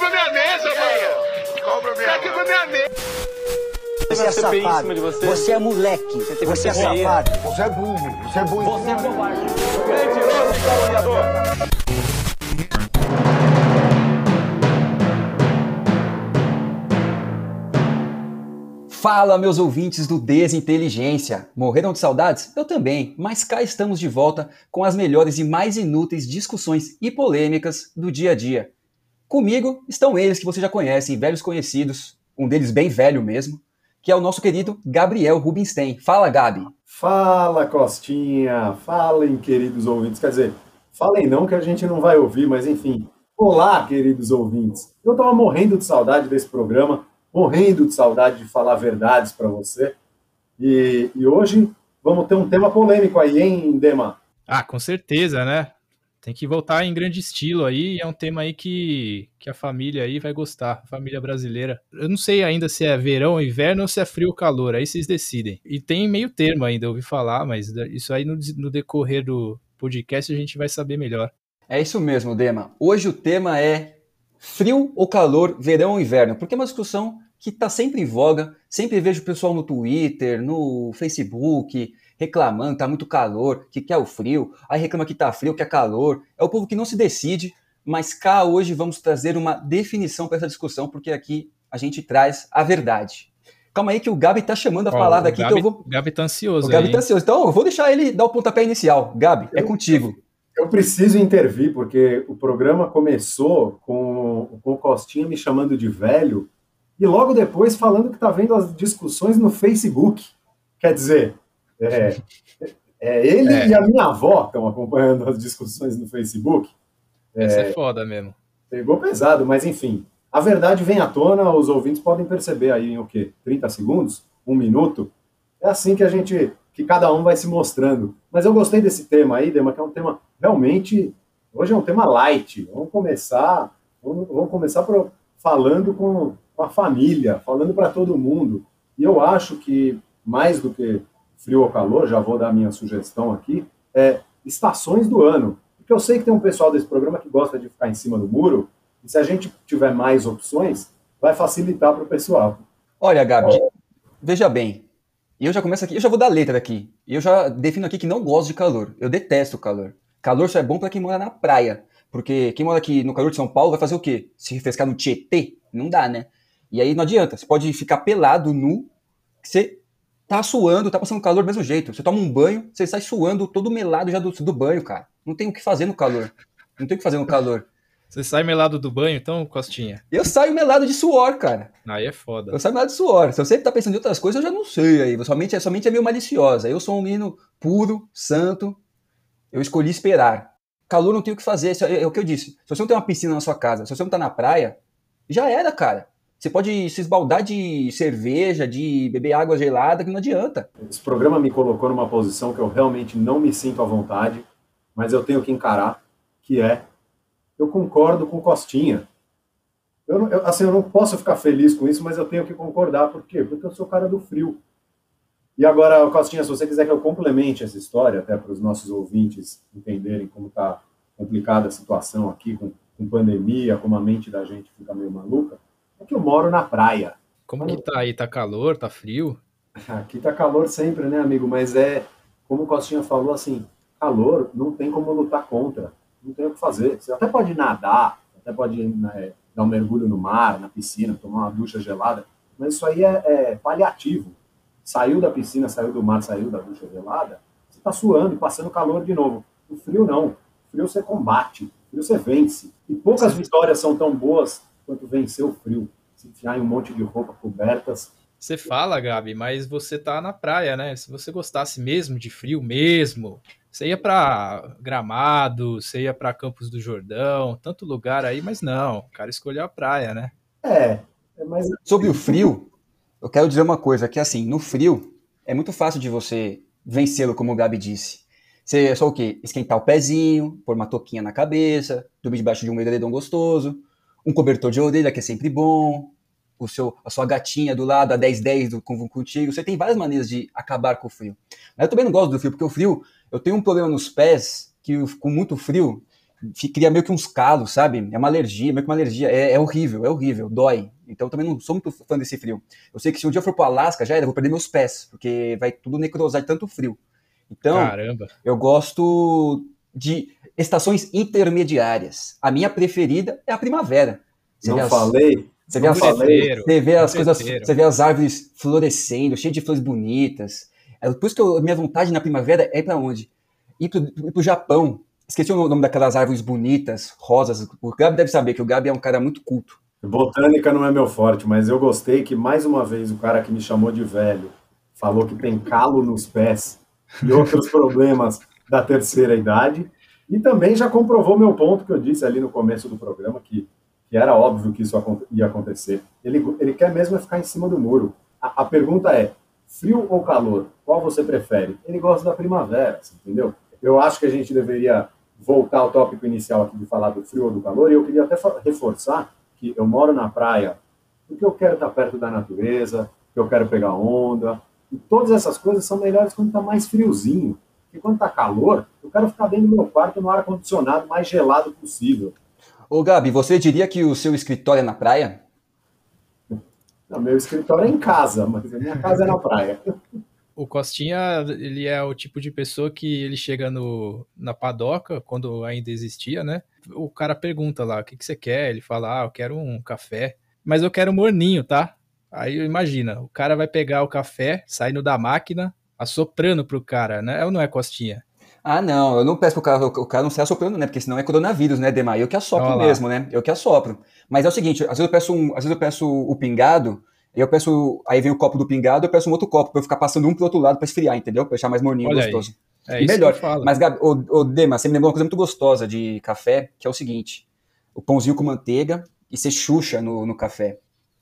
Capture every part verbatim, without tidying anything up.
quebrou minha mesa, mano. Cobra minha, quebrou minha mesa. Você é safado, você. você é moleque, você, você é safado. Você é burro, você é burro. Você é covarde. Mentiroso e caluniador. Fala, meus ouvintes do Desinteligência. Morreram de saudades? Eu também, mas cá estamos de volta com as melhores e mais inúteis discussões e polêmicas do dia a dia. Comigo estão eles que vocês já conhecem, velhos conhecidos, um deles bem velho mesmo, que é o nosso querido Gabriel Rubinstein. Fala, Gabi. Fala, Costinha. Falem, queridos ouvintes. Quer dizer, falem não que a gente não vai ouvir, mas enfim. Olá, queridos ouvintes. Eu tava morrendo de saudade desse programa, morrendo de saudade de falar verdades para você. E, e hoje vamos ter um tema polêmico aí, hein, Dema? Ah, com certeza, né? Tem que voltar em grande estilo aí, é um tema aí que, que a família aí vai gostar, a família brasileira. Eu não sei ainda se é verão, inverno ou se é frio ou calor, aí vocês decidem. E tem meio termo ainda, eu ouvi falar, mas isso aí no, no decorrer do podcast a gente vai saber melhor. É isso mesmo, Dema. Hoje o tema é frio ou calor, verão ou inverno, porque é uma discussão que está sempre em voga, sempre vejo o pessoal no Twitter, no Facebook, reclamando, tá muito calor, que quer o frio, aí reclama que tá frio, que é calor, é o povo que não se decide, mas cá hoje vamos trazer uma definição para essa discussão, porque aqui a gente traz a verdade. Calma aí que o Gabi tá chamando a Ó, palavra aqui, Gabi, então eu vou... O Gabi tá ansioso O Gabi aí, tá ansioso, então eu vou deixar ele dar o pontapé inicial. Gabi, eu, é contigo. Eu, eu preciso intervir, porque o programa começou com, com o Costinha me chamando de velho, e logo depois falando que tá vendo as discussões no Facebook. Quer dizer... É, é, ele é. e a minha avó estão acompanhando as discussões no Facebook. Essa é, é foda mesmo. Pegou pesado, mas enfim. A verdade vem à tona, os ouvintes podem perceber aí em o quê? trinta segundos? Um minuto? É assim que a gente, que cada um vai se mostrando. Mas eu gostei desse tema aí, Dema, que é um tema realmente, hoje é um tema light. Vamos começar, vamos, vamos começar pro, falando com, com a família, falando para todo mundo. E eu acho que, mais do que frio ou calor, já vou dar a minha sugestão aqui, é estações do ano. Porque eu sei que tem um pessoal desse programa que gosta de ficar em cima do muro, e se a gente tiver mais opções, vai facilitar para o pessoal. Olha, Gabi, é. veja bem, eu já começo aqui, eu já vou dar letra aqui, eu já defino aqui que não gosto de calor, eu detesto calor. Calor só é bom para quem mora na praia, porque quem mora aqui no calor de São Paulo vai fazer o quê? Se refrescar no Tietê? Não dá, né? E aí não adianta, você pode ficar pelado, nu, que você... tá suando, tá passando calor do mesmo jeito. Você toma um banho, você sai suando todo melado já do, do banho, cara. Não tem o que fazer no calor. Não tem o que fazer no calor. Você sai melado do banho, então, Costinha? Eu saio melado de suor, cara. Aí é foda. Eu saio melado de suor. Se você tá pensando em outras coisas, eu já não sei aí. Somente, somente é meio maliciosa. Eu sou um menino puro, santo. Eu escolhi esperar. Calor não tem o que fazer. Isso é, é o que eu disse. Se você não tem uma piscina na sua casa, se você não tá na praia, já era, cara. Você pode se esbaldar de cerveja, de beber água gelada, que não adianta. Esse programa me colocou numa posição que eu realmente não me sinto à vontade, mas eu tenho que encarar, que é, eu concordo com Costinha. Eu, eu, assim, eu não posso ficar feliz com isso, mas eu tenho que concordar. Por quê? Porque eu sou o cara do frio. E agora, Costinha, se você quiser que eu complemente essa história, até para os nossos ouvintes entenderem como está complicada a situação aqui, com, com pandemia, como a mente da gente fica meio maluca, é que eu moro na praia. Como que tá aí? Tá calor? Tá frio? Aqui tá calor sempre, né, amigo? Mas é, como o Costinha falou, assim, calor não tem como lutar contra. Não tem o que fazer. Você até pode nadar, até pode né, dar um mergulho no mar, na piscina, tomar uma ducha gelada, mas isso aí é, é paliativo. Saiu da piscina, saiu do mar, saiu da ducha gelada, você tá suando e passando calor de novo. O frio não. O frio você combate, o frio você vence. E poucas vitórias são tão boas quanto vencer o frio, se enfiar em um monte de roupa cobertas. Você fala, Gabi, mas você tá na praia, né? Se você gostasse mesmo de frio, mesmo, você ia pra Gramado, você ia pra Campos do Jordão, tanto lugar aí, mas não, o cara escolheu a praia, né? É, mas... Sobre o frio, eu quero dizer uma coisa, que assim, no frio, é muito fácil de você vencê-lo, como o Gabi disse. Você é só o quê? Esquentar o pezinho, pôr uma touquinha na cabeça, dormir debaixo de um edredom gostoso, um cobertor de orelha, que é sempre bom, o seu, a sua gatinha do lado, a dez dez do, com, contigo. Você tem várias maneiras de acabar com o frio. Mas eu também não gosto do frio, porque o frio, eu tenho um problema nos pés, que com muito frio, cria meio que uns calos, sabe? É uma alergia, meio que uma alergia. É, é horrível, é horrível, dói. Então eu também não sou muito fã desse frio. Eu sei que se um dia eu for pro Alasca, já era, eu vou perder meus pés, porque vai tudo necrosar de tanto frio. Então, Caramba. eu gosto de estações intermediárias. A minha preferida é a primavera. Você Não vê as- falei. Você vê, as, Mureteiro, você vê as coisas, mureteiro. você vê as árvores florescendo, cheias de flores bonitas. É por isso que eu, minha vontade na primavera é ir pra onde? Ir pro, ir pro Japão. Esqueci o nome daquelas árvores bonitas, rosas. O Gabi deve saber que o Gabi é um cara muito culto. Botânica não é meu forte, mas eu gostei que, mais uma vez, o cara que me chamou de velho falou que tem calo nos pés e outros problemas da terceira idade. E também já comprovou meu ponto que eu disse ali no começo do programa, que, que era óbvio que isso acon- ia acontecer. Ele, ele quer mesmo é ficar em cima do muro. A, a pergunta é, frio ou calor? Qual você prefere? Ele gosta da primavera, você entendeu? Eu acho que a gente deveria voltar ao tópico inicial aqui de falar do frio ou do calor, e eu queria até fa- reforçar que eu moro na praia porque eu quero estar perto da natureza, que eu quero pegar onda, e todas essas coisas são melhores quando está mais friozinho. Porque quando está calor, eu quero ficar dentro do meu quarto no ar-condicionado mais gelado possível. Ô Gabi, você diria que o seu escritório é na praia? Não, meu escritório é em casa, mas a minha casa é na praia. O Costinha, ele é o tipo de pessoa que ele chega no, na padoca, quando ainda existia, né? O cara pergunta lá, o que, que você quer? Ele fala, ah, eu quero um café, mas eu quero morninho, tá? Aí imagina, o cara vai pegar o café, saindo da máquina, assoprando pro cara, né? Ou não é, Costinha? Ah, não, eu não peço pro cara, o cara não saia assoprando, né? Porque senão é coronavírus, né, Demar? Eu que assopro Olha lá. mesmo, né? Eu que assopro. Mas é o seguinte, às vezes eu peço, um, às vezes eu peço o pingado, eu peço, aí vem o copo do pingado, eu peço um outro copo pra eu ficar passando um pro outro lado pra esfriar, entendeu? Pra deixar mais morninho, Olha aí. gostoso. É E isso melhor. que eu falo. Mas, Gabi, ô, ô, Dema, você me lembrou uma coisa muito gostosa de café, que é o seguinte, o pãozinho com manteiga e você chucha no, no café.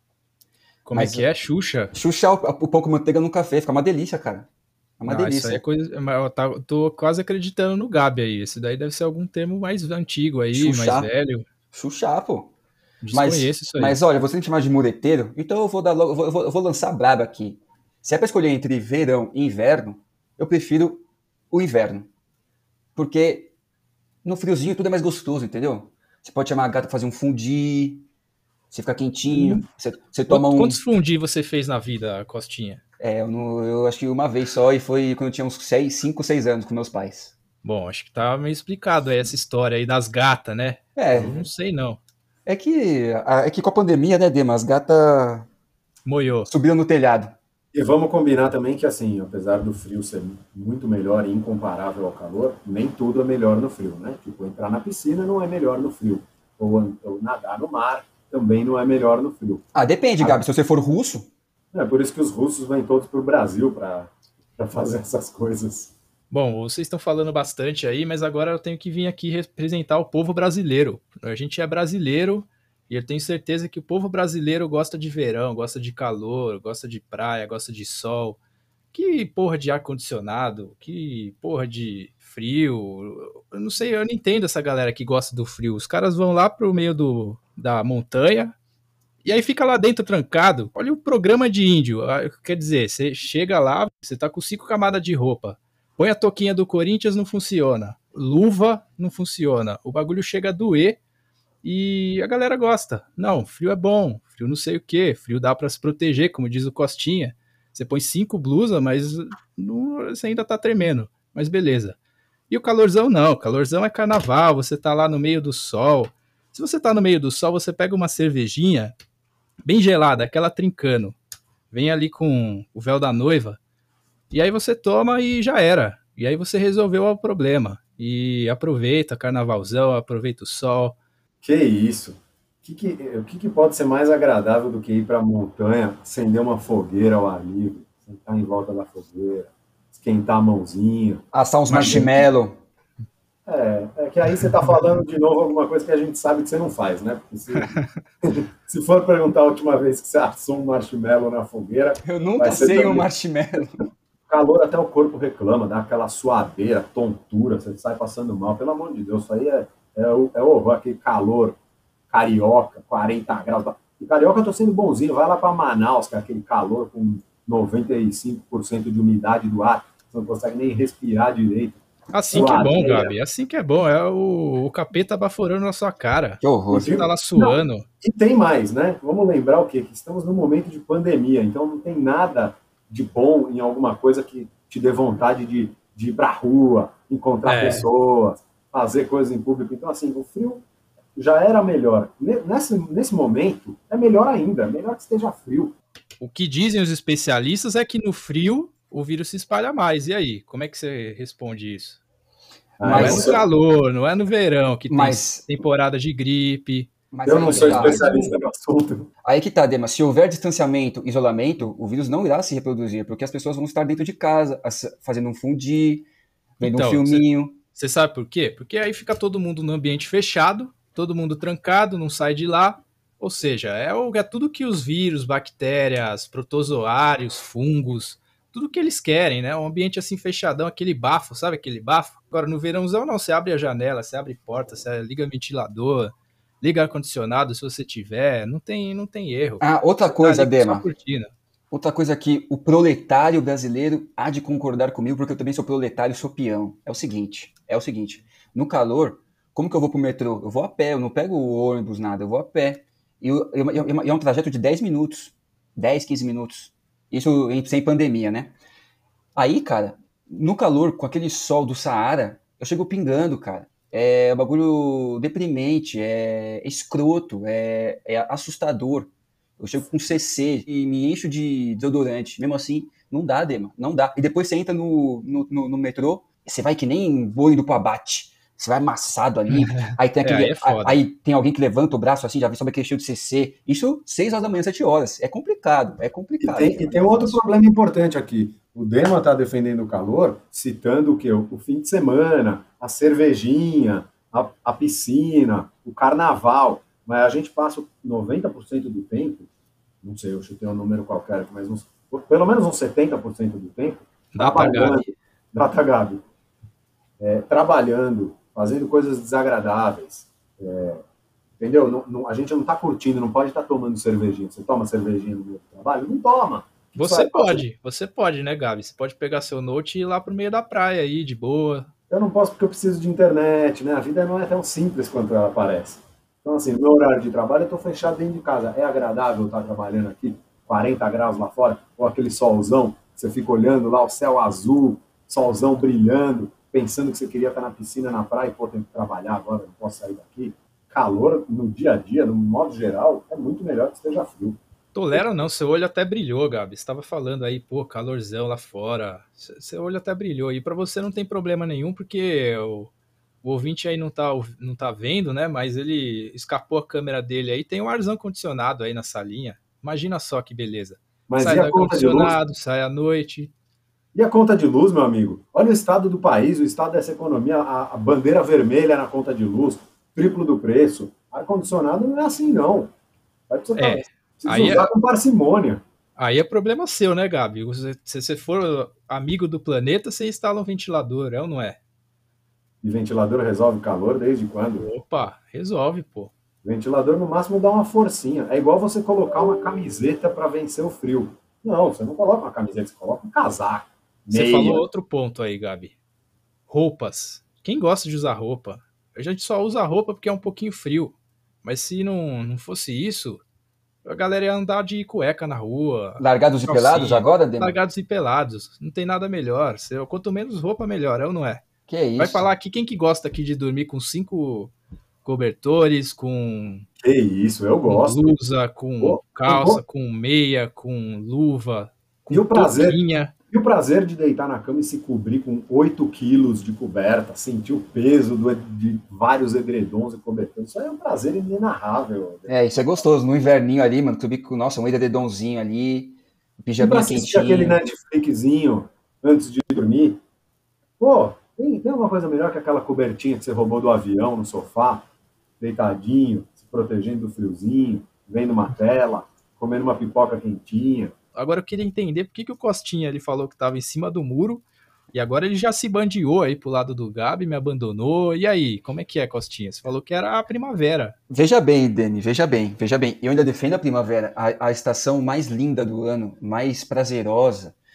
Como mas- é que é? Xuxa? Chuchar o, o pão com manteiga no café, fica uma delícia, cara. É uma Não, isso delícia. aí é coisa. mas Eu tá- eu tô quase acreditando no Gabi aí. Esse daí deve ser algum termo mais antigo aí, Xuxar. mais velho. Chuchar, pô. Mas, Desconheço isso aí. mas olha, você me chamar de mureteiro, então eu vou dar logo, eu vou, eu vou- eu vou lançar braba aqui. Se é pra escolher entre verão e inverno, eu prefiro o inverno. Porque no friozinho tudo é mais gostoso, entendeu? Você pode chamar a gata pra fazer um fundi, você fica quentinho, você, você toma Quantos, um... quantos fundi você fez na vida, Costinha? É, eu, não- eu acho que uma vez só, e foi quando eu tinha uns cinco, seis anos com meus pais. Bom, acho que tá meio explicado aí essa história aí das gatas, né? É, Eu não sei não. é que, a- é que com a pandemia, né, Dema, as gatas Moiou. subiram no telhado. E vamos combinar também que, assim, apesar do frio ser muito melhor e incomparável ao calor, nem tudo é melhor no frio, né? Tipo, entrar na piscina não é melhor no frio. Ou, ou nadar no mar também não é melhor no frio. Ah, depende, Gabi, se você for russo, É por isso que os russos vêm todos para o Brasil para fazer essas coisas. Bom, vocês estão falando bastante aí, mas agora eu tenho que vir aqui representar o povo brasileiro. A gente é brasileiro e eu tenho certeza que o povo brasileiro gosta de verão, gosta de calor, gosta de praia, gosta de sol. Que porra de ar-condicionado, que porra de frio. Eu não sei, eu não entendo essa galera que gosta do frio. Os caras vão lá pro meio do, da montanha e aí fica lá dentro trancado. Olha o programa de índio. Ah, Quer dizer, você chega lá, você tá com cinco camadas de roupa. Põe a touquinha do Corinthians, não funciona. Luva, não funciona. O bagulho chega a doer e a galera gosta. Não, frio é bom. Frio não sei o quê. Frio dá pra se proteger, como diz o Costinha. Você põe cinco blusas, mas não, você ainda tá tremendo. Mas beleza. E o calorzão não. O calorzão é carnaval. Você tá lá no meio do sol. Se você tá no meio do sol, você pega uma cervejinha bem gelada, aquela trincando. Vem ali com o véu da noiva. E aí você toma e já era. E aí você resolveu o problema. E aproveita carnavalzão, aproveita o sol. Que isso? O que, que, o que, que pode ser mais agradável do que ir para a montanha, acender uma fogueira ao ar livre, sentar em volta da fogueira, esquentar a mãozinha? assar uns marshmallow. É, é que aí você está falando de novo alguma coisa que a gente sabe que você não faz, né? Porque se, se for perguntar a última vez que você assou um marshmallow na fogueira, Eu nunca Vai ser sei um também. marshmallow. calor até o corpo reclama, dá aquela suadeira, tontura, você sai passando mal. Pelo amor de Deus, isso aí é, é, o- é horror, aquele calor carioca, quarenta graus. E carioca eu tô sendo bonzinho, vai lá para Manaus, que é aquele calor com noventa e cinco por cento de umidade do ar, você não consegue nem respirar direito. Assim que é bom, Gabi. Assim que é bom. É o, o capeta baforando na sua cara. Que horror. Você tá lá suando. Não, e tem mais, né? Vamos lembrar o quê? Que estamos num momento de pandemia, então não tem nada de bom em alguma coisa que te dê vontade de, de ir pra rua, encontrar é. pessoas, fazer coisas em público. Então, assim, o frio já era melhor. Nesse, nesse momento, é melhor ainda. É melhor que esteja frio. O que dizem os especialistas é que no frio o vírus se espalha mais. E aí? Como é que você responde isso? Mas, não é no calor, não é no verão, que mas, tem temporada de gripe. Mas eu não sou tá. especialista no assunto. Aí que tá, Dema. Se houver distanciamento, isolamento, o vírus não irá se reproduzir, porque as pessoas vão estar dentro de casa, fazendo um fundi, vendo então, um filminho. Você sabe por quê? Porque aí fica todo mundo no ambiente fechado, todo mundo trancado, não sai de lá. Ou seja, é, o, é tudo que os vírus, bactérias, protozoários, fungos, tudo que eles querem, né? Um ambiente assim fechadão, aquele bafo, sabe aquele bafo? Agora, no verãozão, não, você abre a janela, você abre porta, você liga ventilador, liga ar-condicionado se você tiver, não tem, não tem erro. Ah, outra você coisa, tá Dema, outra coisa que o proletário brasileiro há de concordar comigo, porque eu também sou proletário, sou peão, é o seguinte, é o seguinte, no calor, como que eu vou pro metrô? Eu vou a pé, eu não pego o ônibus, nada, eu vou a pé. E é um trajeto de dez minutos, dez, quinze minutos. Isso sem pandemia, né? Aí, cara, no calor, com aquele sol do Saara, eu chego pingando, cara. É um bagulho deprimente, é escroto, é, é assustador. Eu chego com C C e me encho de desodorante. Mesmo assim, não dá, Dema, não dá. E depois você entra no, no, no, no metrô, você vai que nem boi indo pro abate. Você vai amassado ali, aí tem, aquele, é, aí, é aí tem alguém que levanta o braço assim, já vem sobre aquele cheio de C C. Isso seis horas da manhã, sete horas. É complicado, é complicado. E tem, e tem um outro problema importante aqui. O Dema está defendendo o calor, citando o quê? O fim de semana, a cervejinha, a, a piscina, o carnaval. Mas a gente passa noventa por cento do tempo, não sei, eu chutei um número qualquer aqui, mas uns, pelo menos uns setenta por cento do tempo, Data Gabi. Data Gabi. É, trabalhando, fazendo coisas desagradáveis, é, entendeu? Não, não, a gente não está curtindo, não pode estar tá tomando cervejinha. Você toma cervejinha no meio do trabalho? Não toma. Você pode, você pode, né, Gabi? Você pode pegar seu note e ir lá pro meio da praia aí, de boa. Eu não posso porque eu preciso de internet, né? A vida não é tão simples quanto ela parece. Então, assim, no meu horário de trabalho, eu estou fechado dentro de casa. É agradável estar trabalhando aqui, quarenta graus lá fora, ou aquele solzão, você fica olhando lá, o céu azul, solzão brilhando, pensando que você queria estar na piscina, na praia, e pô, tenho que trabalhar agora, não posso sair daqui. Calor, no dia a dia, no modo geral, é muito melhor que esteja frio. Tolera não, seu olho até brilhou, Gabi. Você estava falando aí, pô, calorzão lá fora. Seu olho até brilhou. E para você não tem problema nenhum, porque o, o ouvinte aí não tá, não tá vendo, né? Mas ele escapou a câmera dele aí. Tem um arzão condicionado aí na salinha. Imagina só que beleza. Mas sai e a do conta de luz? ar-condicionado, sai à noite. E a conta de luz, meu amigo? Olha o estado do país, o estado dessa economia, a, a bandeira vermelha na conta de luz, triplo do preço. Ar-condicionado não é assim, não. Vai precisar, é, precisa aí usar é, com parcimônia. Aí é problema seu, né, Gabi? Se você for amigo do planeta, você instala um ventilador, é ou não é? E ventilador resolve calor desde quando? Opa, resolve, pô. Ventilador, no máximo, dá uma forcinha. É igual você colocar uma camiseta para vencer o frio. Não, você não coloca uma camiseta, você coloca um casaco. Você meia. falou outro ponto aí, Gabi. Roupas. Quem gosta de usar roupa? A gente só usa roupa porque é um pouquinho frio. Mas se não, não fosse isso, a galera ia andar de cueca na rua. Largados e calcinha, pelados agora, Dema? Largados e pelados. Não tem nada melhor. Você, quanto menos roupa, melhor, é ou não é? Que isso? Vai falar aqui, quem que gosta aqui de dormir com cinco cobertores, com... Que isso, eu com gosto. blusa, com Pô, calça, eu com meia, com luva, com E o prazer? touquinha. E o prazer de deitar na cama e se cobrir com oito quilos de coberta, sentir o peso do, de vários edredons e cobertores, isso aí é um prazer inenarrável. É, isso é gostoso. No inverninho ali, mano, subir com, nossa, um edredomzinho ali, um E pijaminha pra assistir quentinho. aquele Netflixzinho antes de dormir, pô, tem, tem alguma coisa melhor que aquela cobertinha que você roubou do avião no sofá, deitadinho, se protegendo do friozinho, vendo uma tela, comendo uma pipoca quentinha. Agora eu queria entender por que, que o Costinha ele falou que estava em cima do muro e agora ele já se bandiou aí pro lado do Gabi, me abandonou. E aí, como é que é, Costinha? Você falou que era a primavera. Veja bem, Dani, veja bem, veja bem. Eu ainda defendo a primavera, a, a estação mais linda do ano, mais prazerosa,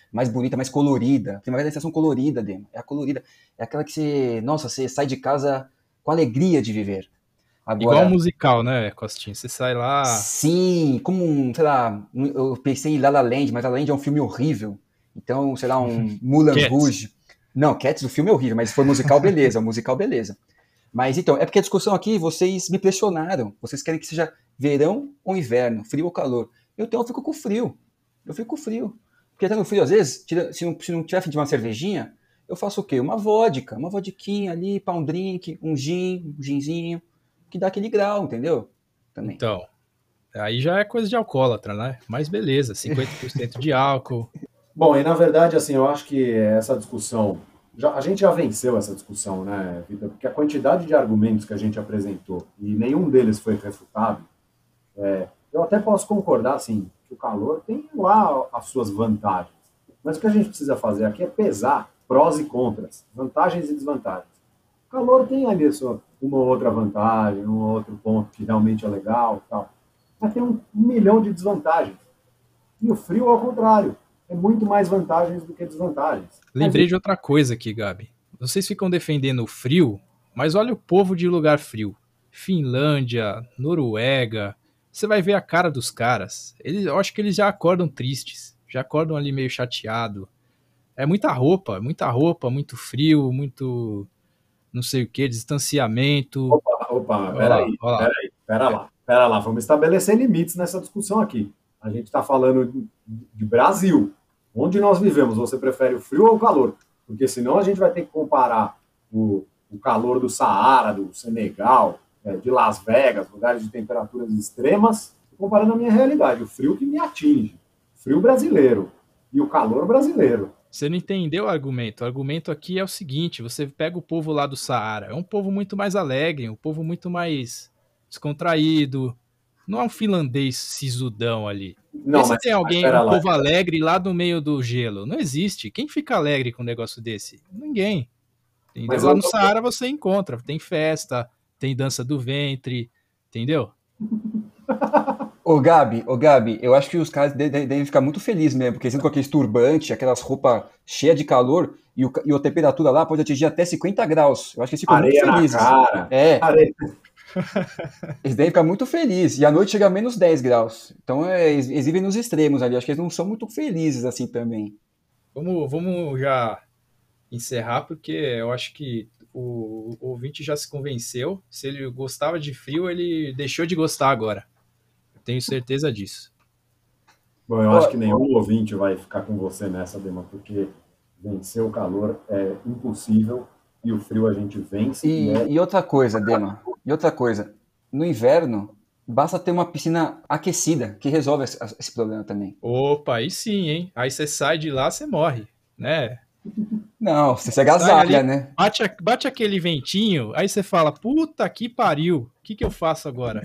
mais bonita, mais colorida. Primavera é a estação colorida, Dema. É a colorida. É aquela que você, nossa, você sai de casa com alegria de viver. Agora, igual um musical, né, Costinha? Você sai lá... Sim, como um, sei lá, eu pensei em La La Land, mas La La Land é um filme horrível. Então, sei lá, um Moulin Rouge. Não, Cats, o filme é horrível, mas se for musical, beleza. musical, beleza. Mas então, é porque a discussão aqui, vocês me pressionaram. Vocês querem que seja verão ou inverno, frio ou calor. Eu, então, eu fico com frio. Eu fico com frio. Porque até no frio, às vezes, tira, se, não, se não tiver fim de uma cervejinha, eu faço o quê? Uma vodka, uma vodquinha ali, para um drink, um gin, um ginzinho, que dá aquele grau, entendeu? Também. Então, aí já é coisa de alcoólatra, né? Mas beleza, cinquenta por cento de álcool. Bom, e na verdade, assim, eu acho que essa discussão, já, a gente já venceu essa discussão, né, Vitor? Porque a quantidade de argumentos que a gente apresentou e nenhum deles foi refutado, é, eu até posso concordar, assim, que o calor tem lá as suas vantagens. Mas o que a gente precisa fazer aqui é pesar prós e contras, vantagens e desvantagens. O calor tem ali só uma outra vantagem, um outro ponto que realmente é legal, tal. Mas tem um, um milhão de desvantagens. E o frio, ao contrário, é muito mais vantagens do que desvantagens. Lembrei mas... de outra coisa aqui, Gabi. Vocês ficam defendendo o frio, mas olha o povo de lugar frio. Finlândia, Noruega. Você vai ver a cara dos caras. Eles, eu acho que eles já acordam tristes. Já acordam ali meio chateado. É muita roupa, muita roupa, muito frio, muito não sei o que, distanciamento. Opa, opa, peraí, peraí, pera lá, pera lá. Vamos estabelecer limites nessa discussão aqui. A gente está falando de, de Brasil. Onde nós vivemos, você prefere o frio ou o calor? Porque senão a gente vai ter que comparar o, o calor do Saara, do Senegal, é, de Las Vegas, lugares de temperaturas extremas, comparando a minha realidade, o frio que me atinge, frio brasileiro e o calor brasileiro. Você não entendeu o argumento. O argumento aqui é o seguinte, você pega o povo lá do Saara, é um povo muito mais alegre, um povo muito mais descontraído, não é um finlandês sisudão ali. Não, se mas tem alguém, um lá. povo alegre lá no meio do gelo, não existe. Quem fica alegre com um negócio desse? Ninguém. Entendeu? Mas lá no tô... Saara você encontra, tem festa, tem dança do ventre, entendeu? Ô Gabi, ô Gabi, eu acho que os caras devem ficar muito felizes mesmo, porque eles entram com aqueles turbantes, aquelas roupas cheias de calor, e, o, e a temperatura lá pode atingir até cinquenta graus. Eu acho que eles ficam Areia muito felizes. Na cara. É. Areia. Eles devem ficar muito felizes. E à noite chega a menos dez graus. Então é, eles, eles vivem nos extremos ali. Acho que eles não são muito felizes assim também. Vamos, vamos já encerrar, porque eu acho que o, o ouvinte já se convenceu. Se ele gostava de frio, ele deixou de gostar agora. Eu tenho certeza disso. Bom, eu acho que nenhum ouvinte vai ficar com você nessa, Dema, porque vencer o calor é impossível e o frio a gente vence. E, é... e outra coisa, Dema, e outra coisa, no inverno basta ter uma piscina aquecida que resolve esse, esse problema também. Opa, aí sim, hein? Aí você sai de lá, você morre, né? Não, você se agasalha, ali, né? Bate, bate aquele ventinho, aí você fala, puta que pariu, o que, que eu faço agora?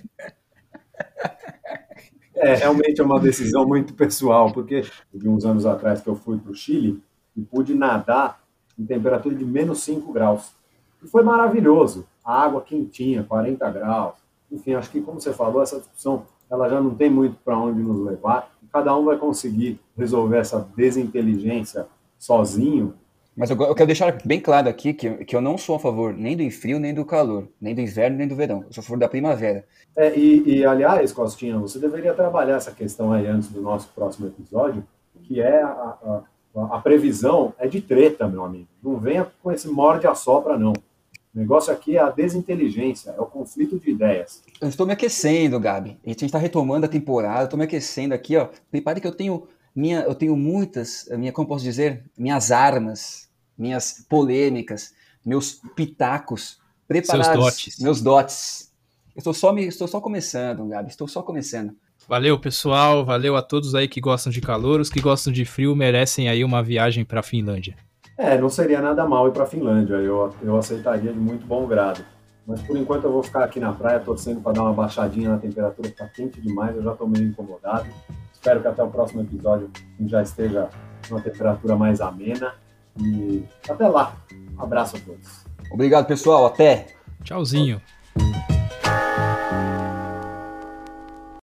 É, realmente é uma decisão muito pessoal, porque de uns anos atrás que eu fui para o Chile e pude nadar em temperatura de menos cinco graus. E foi maravilhoso. A água quentinha, quarenta graus. Enfim, acho que, como você falou, essa discussão ela já não tem muito para onde nos levar. Cada um vai conseguir resolver essa desinteligência sozinho. Mas eu, eu quero deixar bem claro aqui que, que eu não sou a favor nem do frio, nem do calor, nem do inverno, nem do verão. Eu sou a favor da primavera. É, e, e, aliás, Costinha, você deveria trabalhar essa questão aí antes do nosso próximo episódio, que é a, a, a previsão é de treta, meu amigo. Não venha com esse morde-a-sopra, não. O negócio aqui é a desinteligência, é o conflito de ideias. Eu estou me aquecendo, Gabi. A gente está retomando a temporada, estou me aquecendo aqui, ó. Prepare que eu tenho... Minha, eu tenho muitas, minha, como posso dizer, minhas armas, minhas polêmicas, meus pitacos preparados, seus dotes. meus dotes. Eu estou só, me, estou só começando, Gabi, estou só começando. Valeu, pessoal, valeu a todos aí que gostam de calor, os que gostam de frio merecem aí uma viagem para a Finlândia. É, não seria nada mal ir para a Finlândia, eu, eu aceitaria de muito bom grado. Mas por enquanto eu vou ficar aqui na praia torcendo para dar uma baixadinha na temperatura, que está quente demais, eu já estou meio incomodado. Espero que até o próximo episódio a gente já esteja numa temperatura mais amena. E até lá. Um abraço a todos. Obrigado, pessoal. Até. Tchauzinho.